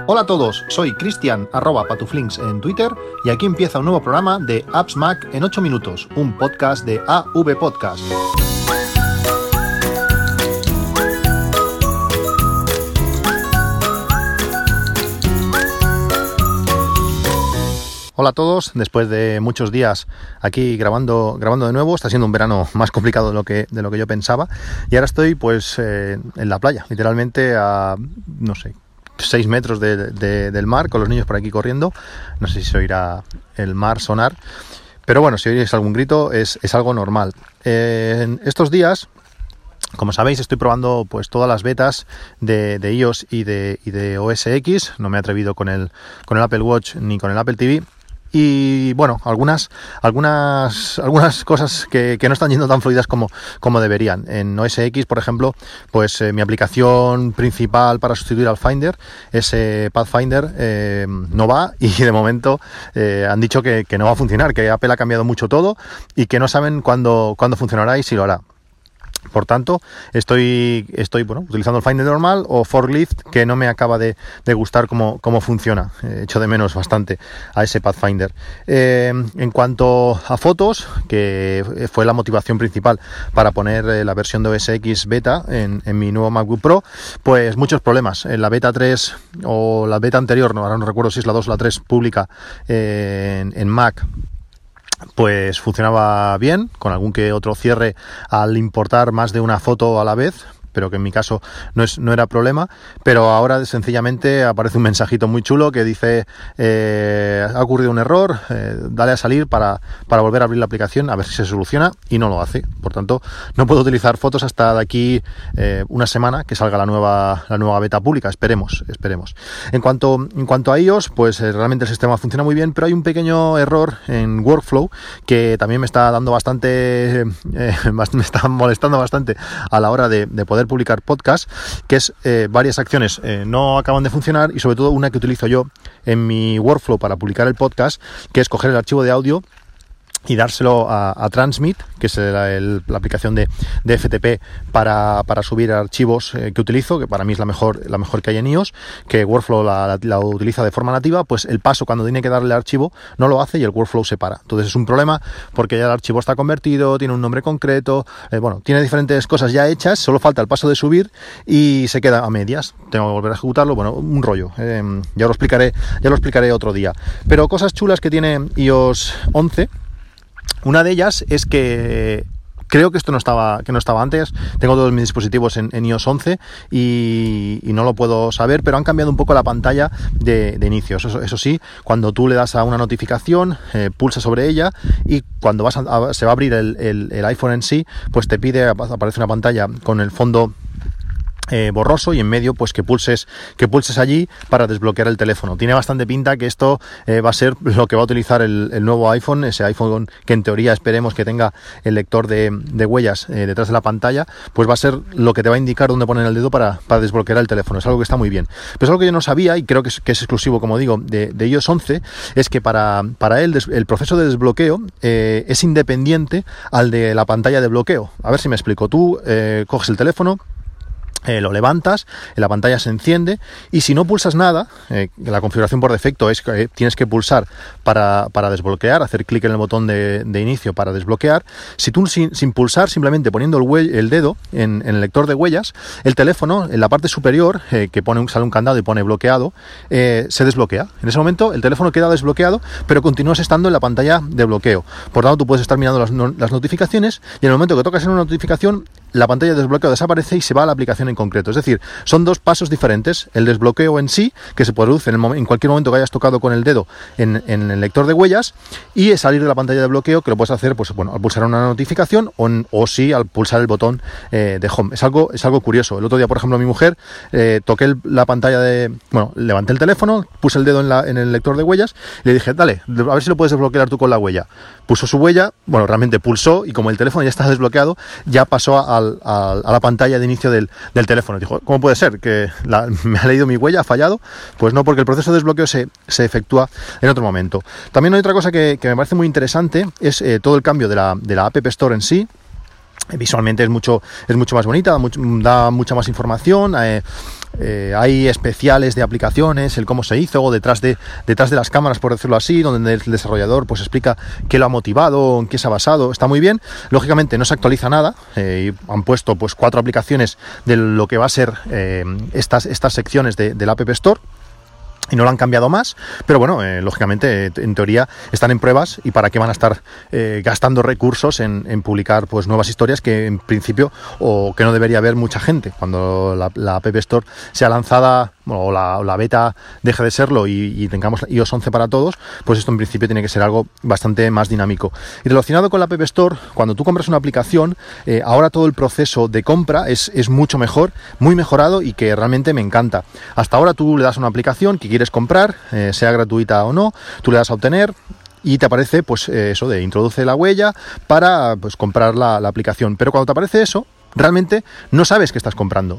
Hola a todos, soy Cristian @patuflinks en Twitter y aquí empieza un nuevo programa de Apps Mac en 8 minutos, un podcast de AV Podcast. Hola a todos, después de muchos días aquí grabando de nuevo, está siendo un verano más complicado de lo que yo pensaba y ahora estoy pues en la playa, literalmente a, 6 metros del mar, con los niños por aquí corriendo. No sé si se oirá el mar sonar, pero bueno, si oís algún grito es algo normal. En estos días, como sabéis, estoy probando pues todas las betas de iOS y de OS X. No me he atrevido con el Apple Watch ni con el Apple TV. Y bueno, algunas cosas que no están yendo tan fluidas como deberían. En OS X, por ejemplo, pues mi aplicación principal para sustituir al Finder, ese Pathfinder, no va, y de momento han dicho que no va a funcionar, que Apple ha cambiado mucho todo y que no saben cuándo funcionará y si lo hará. Por tanto, estoy utilizando el Finder normal o Forklift, que no me acaba de gustar cómo funciona. Echo de menos bastante a ese Pathfinder. En cuanto a fotos, que fue la motivación principal para poner la versión de OS X beta en mi nuevo MacBook Pro, pues muchos problemas. En la beta 3 o la beta anterior, ahora no recuerdo si es la 2 o la 3 pública en Mac, pues funcionaba bien, con algún que otro cierre al importar más de una foto a la vez, pero que en mi caso no era problema. Pero ahora sencillamente aparece un mensajito muy chulo que dice ha ocurrido un error, dale a salir para volver a abrir la aplicación a ver si se soluciona, y no lo hace. Por tanto, no puedo utilizar fotos hasta de aquí una semana que salga la nueva beta pública. Esperemos. En cuanto a iOS, pues realmente el sistema funciona muy bien, pero hay un pequeño error en Workflow que también me está dando me está molestando bastante a la hora de poder publicar podcast, que es varias acciones no acaban de funcionar, y sobre todo una que utilizo yo en mi workflow para publicar el podcast, que es coger el archivo de audio y dárselo a Transmit, que es la aplicación de FTP para subir archivos que utilizo, que para mí es la mejor que hay en iOS, que Workflow la utiliza de forma nativa. Pues el paso cuando tiene que darle el archivo no lo hace y el Workflow se para. Entonces es un problema porque ya el archivo está convertido, tiene un nombre concreto, tiene diferentes cosas ya hechas, solo falta el paso de subir y se queda a medias. Tengo que volver a ejecutarlo, un rollo. Ya lo explicaré otro día. Pero cosas chulas que tiene iOS 11. Una de ellas es que creo que esto no estaba antes. Tengo todos mis dispositivos en iOS 11 y no lo puedo saber, pero han cambiado un poco la pantalla de inicio. Eso sí, cuando tú le das a una notificación, pulsa sobre ella, y cuando se va a abrir el iPhone en sí, pues te aparece una pantalla con el fondo borroso, y en medio pues que pulses allí para desbloquear el teléfono. Tiene bastante pinta que esto va a ser lo que va a utilizar el nuevo iPhone, ese iPhone que en teoría esperemos que tenga el lector de huellas detrás de la pantalla, pues va a ser lo que te va a indicar dónde poner el dedo para desbloquear el teléfono. Es algo que está muy bien. Pero es algo que yo no sabía, y creo que es exclusivo, como digo, de iOS 11, es que para él el proceso de desbloqueo es independiente al de la pantalla de bloqueo. A ver si me explico. Tú coges el teléfono, lo levantas, la pantalla se enciende, y si no pulsas nada, la configuración por defecto es que tienes que pulsar para desbloquear, hacer clic en el botón de inicio para desbloquear. Si tú sin pulsar, simplemente poniendo el dedo en el lector de huellas, el teléfono en la parte superior, que sale un candado y pone bloqueado, se desbloquea. En ese momento el teléfono queda desbloqueado, pero continúas estando en la pantalla de bloqueo. Por tanto, tú puedes estar mirando las notificaciones, y en el momento que tocas en una notificación, la pantalla de desbloqueo desaparece y se va a la aplicación en concreto. Es decir, son dos pasos diferentes: el desbloqueo en sí, que se produce en cualquier momento que hayas tocado con el dedo en el lector de huellas, y salir de la pantalla de bloqueo, que lo puedes hacer al pulsar una notificación o sí al pulsar el botón de home. Es algo curioso. El otro día, por ejemplo, mi mujer, toqué la pantalla levanté el teléfono, puse el dedo en el lector de huellas y le dije, dale, a ver si lo puedes desbloquear tú con la huella. Puso su huella, realmente pulsó, y como el teléfono ya está desbloqueado, ya pasó a la pantalla de inicio del teléfono. Dijo, ¿cómo puede ser? ¿Que me ha leído mi huella? ¿Ha fallado? Pues no, porque el proceso de desbloqueo se efectúa en otro momento. También hay otra cosa que me parece muy interesante, es todo el cambio de la App Store en sí. Visualmente es mucho más bonita, da mucha más información. hay especiales de aplicaciones, el cómo se hizo, o detrás de las cámaras, por decirlo así, donde el desarrollador pues explica qué lo ha motivado, en qué se ha basado. Está muy bien. Lógicamente no se actualiza nada, y han puesto pues 4 aplicaciones de lo que va a ser estas secciones del App Store. Y no lo han cambiado más, pero bueno, lógicamente, en teoría están en pruebas, y para qué van a estar gastando recursos en publicar pues nuevas historias que en principio, o que no debería haber mucha gente. Cuando la App Store sea lanzada, o la beta deje de serlo y tengamos iOS 11 para todos, pues esto en principio tiene que ser algo bastante más dinámico. Y relacionado con la App Store, cuando tú compras una aplicación, ahora todo el proceso de compra es mucho mejor, muy mejorado, y que realmente me encanta. Hasta ahora tú le das a una aplicación que quieres comprar, sea gratuita o no, tú le das a obtener, y te aparece pues eso de introduce la huella para pues comprar la aplicación. Pero cuando te aparece eso, realmente no sabes qué estás comprando.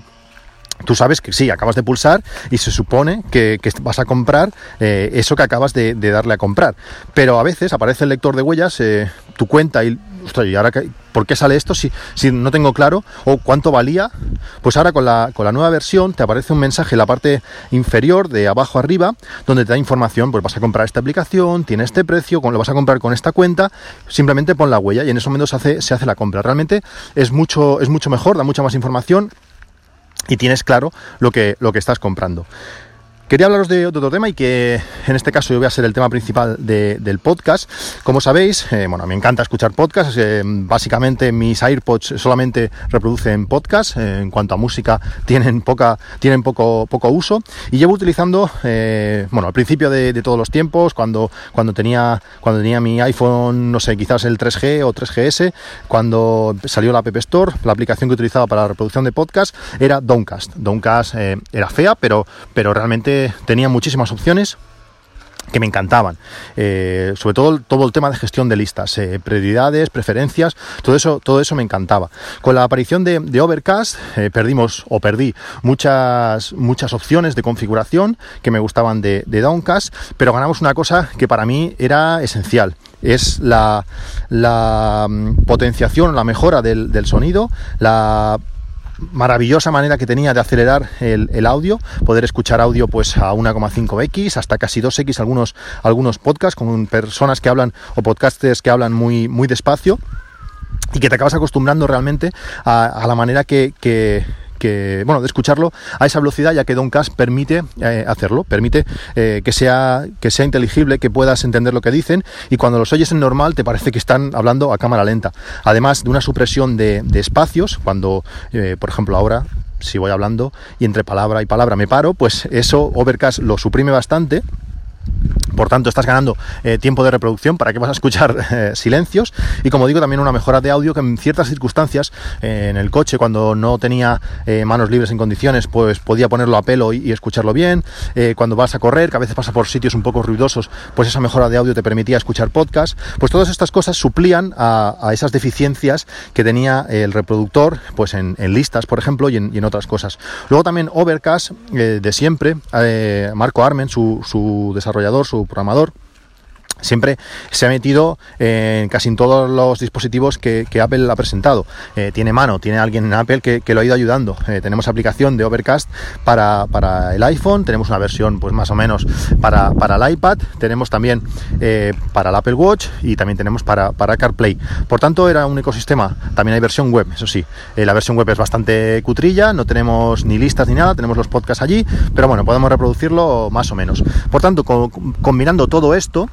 Tú sabes que sí, acabas de pulsar y se supone que vas a comprar eso que acabas de darle a comprar. Pero a veces aparece el lector de huellas, tu cuenta, y ostras, ¿y ahora por qué sale esto si no tengo claro o cuánto valía? Pues ahora con la nueva versión te aparece un mensaje en la parte inferior, de abajo arriba, donde te da información. Pues vas a comprar esta aplicación, tiene este precio, lo vas a comprar con esta cuenta, simplemente pon la huella y en ese momento se hace la compra. Realmente es mucho mejor, da mucha más información, y tienes claro lo que estás comprando. Quería hablaros de otro tema, y que en este caso yo voy a ser el tema principal del podcast. Como sabéis, me encanta escuchar podcasts. Básicamente mis AirPods solamente reproducen podcasts. En cuanto a música tienen poco uso. Y llevo utilizando, al principio de todos los tiempos, cuando tenía mi iPhone, no sé, quizás el 3G o 3GS, cuando salió la App Store, la aplicación que utilizaba para la reproducción de podcast era Downcast. Downcast era fea, pero realmente tenía muchísimas opciones que me encantaban, sobre todo el tema de gestión de listas, prioridades, preferencias, todo eso me encantaba. Con la aparición de Overcast perdí muchas opciones de configuración que me gustaban de Downcast, pero ganamos una cosa que para mí era esencial. Es la potenciación, la mejora del sonido, la maravillosa manera que tenía de acelerar el audio, poder escuchar audio pues a 1,5x hasta casi 2x algunos podcasts con personas que hablan, o podcasters que hablan muy, muy despacio, y que te acabas acostumbrando realmente a la manera de escucharlo a esa velocidad, ya que Downcast permite hacerlo, permite que sea inteligible, que puedas entender lo que dicen, y cuando los oyes en normal te parece que están hablando a cámara lenta. Además de una supresión de espacios, cuando, por ejemplo, ahora si voy hablando y entre palabra y palabra me paro, pues eso Overcast lo suprime bastante. Por tanto, estás ganando tiempo de reproducción para que vas a escuchar silencios, y como digo, también una mejora de audio que en ciertas circunstancias, en el coche cuando no tenía manos libres en condiciones, pues podía ponerlo a pelo y escucharlo bien. Cuando vas a correr, que a veces pasa por sitios un poco ruidosos, pues esa mejora de audio te permitía escuchar podcast. Pues todas estas cosas suplían a esas deficiencias que tenía el reproductor, pues en listas, por ejemplo, y en otras cosas. Luego también Overcast, de siempre, Marco Arment, su desarrollador, su programador, siempre se ha metido en casi en todos los dispositivos que Apple ha presentado. Tiene alguien en Apple que lo ha ido ayudando. Tenemos aplicación de Overcast para el iPhone, tenemos una versión pues más o menos para el iPad, tenemos también para el Apple Watch, y también tenemos para CarPlay. Por tanto, era un ecosistema. También hay versión web, eso sí. La versión web es bastante cutrilla, no tenemos ni listas ni nada, tenemos los podcasts allí, pero bueno, podemos reproducirlo más o menos. Por tanto, combinando todo esto,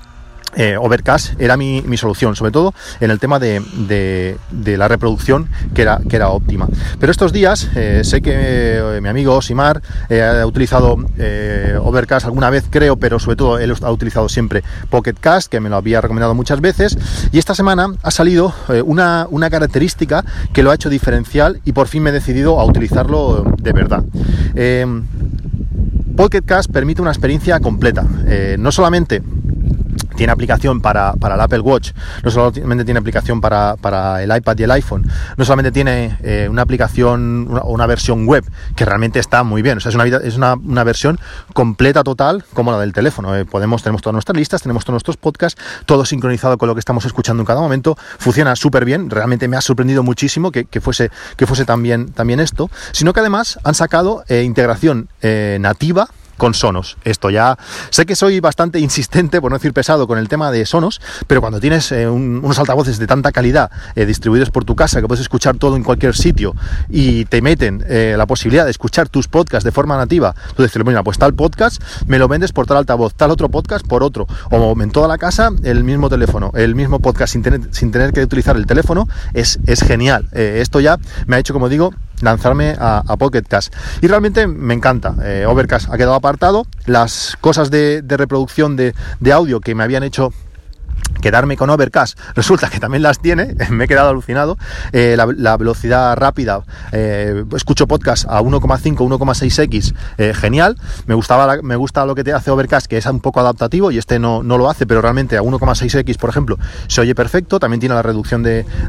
Overcast era mi solución, sobre todo en el tema de la reproducción, que era óptima. Pero estos días sé que mi amigo Osimar ha utilizado Overcast alguna vez, creo, pero sobre todo él ha utilizado siempre Pocket Cast, que me lo había recomendado muchas veces, y esta semana ha salido una característica que lo ha hecho diferencial, y por fin me he decidido a utilizarlo de verdad. Pocket Cast permite una experiencia completa. No solamente tiene aplicación para el Apple Watch, no solamente tiene aplicación para el iPad y el iPhone, no solamente tiene una aplicación, una versión web que realmente está muy bien, o sea, es una versión completa, total, como la del teléfono. Tenemos todas nuestras listas, tenemos todos nuestros podcasts, todo sincronizado con lo que estamos escuchando en cada momento, funciona súper bien, realmente me ha sorprendido muchísimo que fuese también esto, sino que además han sacado integración nativa con Sonos. Esto ya, sé que soy bastante insistente, por no decir pesado, con el tema de Sonos, pero cuando tienes unos altavoces de tanta calidad distribuidos por tu casa, que puedes escuchar todo en cualquier sitio y te meten la posibilidad de escuchar tus podcasts de forma nativa, tú dices, mira, pues tal podcast me lo vendes por tal altavoz, tal otro podcast por otro, o en toda la casa el mismo teléfono, el mismo podcast sin tener que utilizar el teléfono, es genial. Esto ya me ha hecho, como digo, lanzarme a Pocket Cast y realmente me encanta. Overcast ha quedado apartado, las cosas de reproducción de audio que me habían hecho quedarme con Overcast, resulta que también las tiene, me he quedado alucinado. La velocidad rápida, escucho podcast a 1,5, 1,6x, genial. Me gusta lo que te hace Overcast, que es un poco adaptativo, y este no lo hace, pero realmente a 1,6x, por ejemplo, se oye perfecto. También tiene la reducción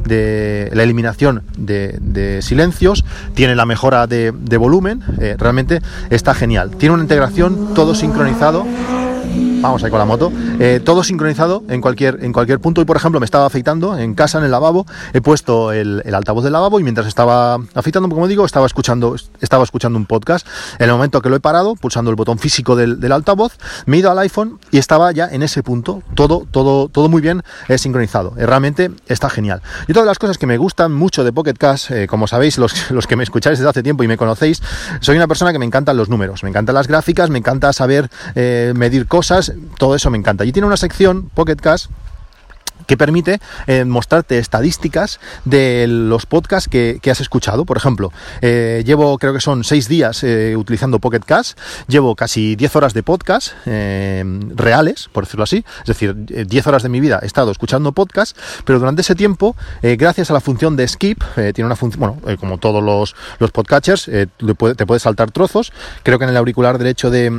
de la eliminación de silencios, tiene la mejora de volumen, realmente está genial. Tiene una integración, todo sincronizado. Vamos ahí con la moto, todo sincronizado en cualquier punto. Y por ejemplo, me estaba afeitando en casa, en el lavabo, he puesto el altavoz del lavabo y mientras estaba afeitando, como digo, estaba escuchando un podcast. En el momento que lo he parado, pulsando el botón físico del altavoz, me he ido al iPhone y estaba ya en ese punto, todo muy bien sincronizado. Realmente está genial. Y otra de las cosas que me gustan mucho de Pocket Cast, como sabéis, los que me escucháis desde hace tiempo y me conocéis, soy una persona que me encantan los números, me encantan las gráficas, me encanta saber medir cosas, todo eso me encanta. Y tiene una sección Pocket Cast que permite mostrarte estadísticas de los podcasts que has escuchado. Por ejemplo, llevo, creo que son 6 días utilizando Pocket Cast, llevo casi 10 horas de podcast reales, por decirlo así, es decir, 10 horas de mi vida he estado escuchando podcast, pero durante ese tiempo, gracias a la función de skip, tiene una función, como todos los podcatchers, te puedes saltar trozos. Creo que en el auricular derecho de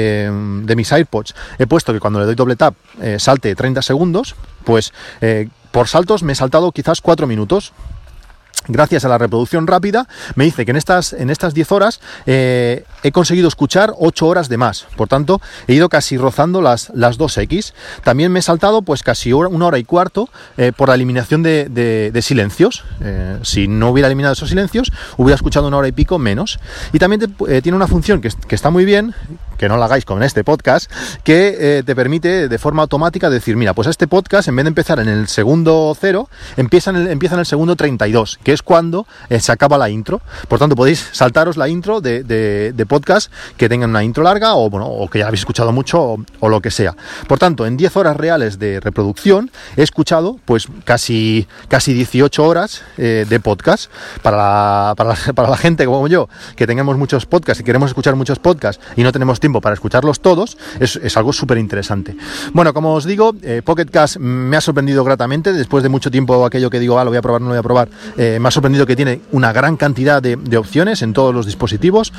mis AirPods he puesto que cuando le doy doble tap salte 30 segundos, pues por saltos me he saltado quizás 4 minutos. Gracias a la reproducción rápida, me dice que en estas 10 horas he conseguido escuchar 8 horas de más. Por tanto, he ido casi rozando las 2x. También me he saltado pues casi 1 hora y cuarto por la eliminación de silencios. Si no hubiera eliminado esos silencios, hubiera escuchado 1 hora y pico menos. Y también tiene una función que está muy bien, que no la hagáis con este podcast, que te permite de forma automática decir, mira, pues este podcast, en vez de empezar en el segundo 0, empieza en el segundo 32, que es cuando se acaba la intro. Por tanto, podéis saltaros la intro de podcast que tengan una intro larga o que ya habéis escuchado mucho o lo que sea. Por tanto, en 10 horas reales de reproducción he escuchado pues casi 18 horas de podcast. Para la gente como yo, que tengamos muchos podcasts y queremos escuchar muchos podcasts y no tenemos tiempo para escucharlos todos, es algo súper interesante. Bueno, como os digo, Pocket Cast me ha sorprendido gratamente. Después de mucho tiempo, aquello que digo, lo voy a probar, no lo voy a probar, me ha sorprendido que tiene una gran cantidad de opciones en todos los dispositivos.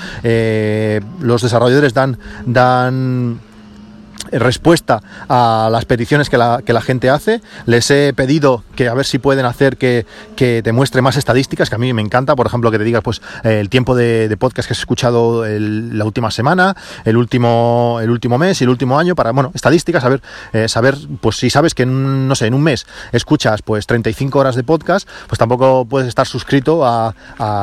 Los desarrolladores dan respuesta a las peticiones que la gente hace. Les he pedido que a ver si pueden hacer que te muestre más estadísticas, que a mí me encanta. Por ejemplo, que te digas pues el tiempo de podcast que has escuchado la última semana, el último mes y el último año, para estadísticas, saber pues si sabes que en un mes escuchas pues 35 horas de podcast, pues tampoco puedes estar suscrito a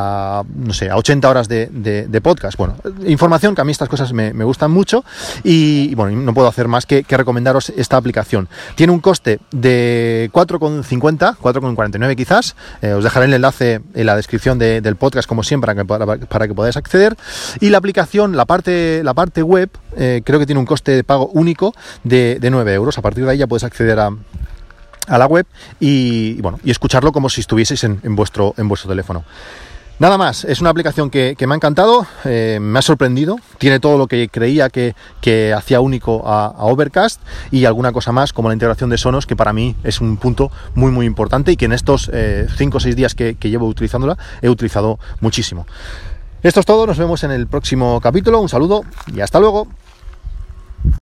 80 horas de podcast. Bueno, información, que a mí estas cosas me gustan mucho y no puedo hacer más que recomendaros esta aplicación. Tiene un coste de 4,50, 4,49 quizás. Os dejaré el enlace en la descripción del podcast, como siempre, para que podáis acceder. Y la aplicación, la parte web, creo que tiene un coste de pago único de 9 euros. A partir de ahí ya puedes acceder a la web y escucharlo como si estuvieseis en vuestro teléfono. Nada más, es una aplicación que me ha encantado, me ha sorprendido, tiene todo lo que creía que hacía único a Overcast y alguna cosa más, como la integración de Sonos, que para mí es un punto muy muy importante y que en estos 5 o 6 días que llevo utilizándola he utilizado muchísimo. Esto es todo, nos vemos en el próximo capítulo, un saludo y hasta luego.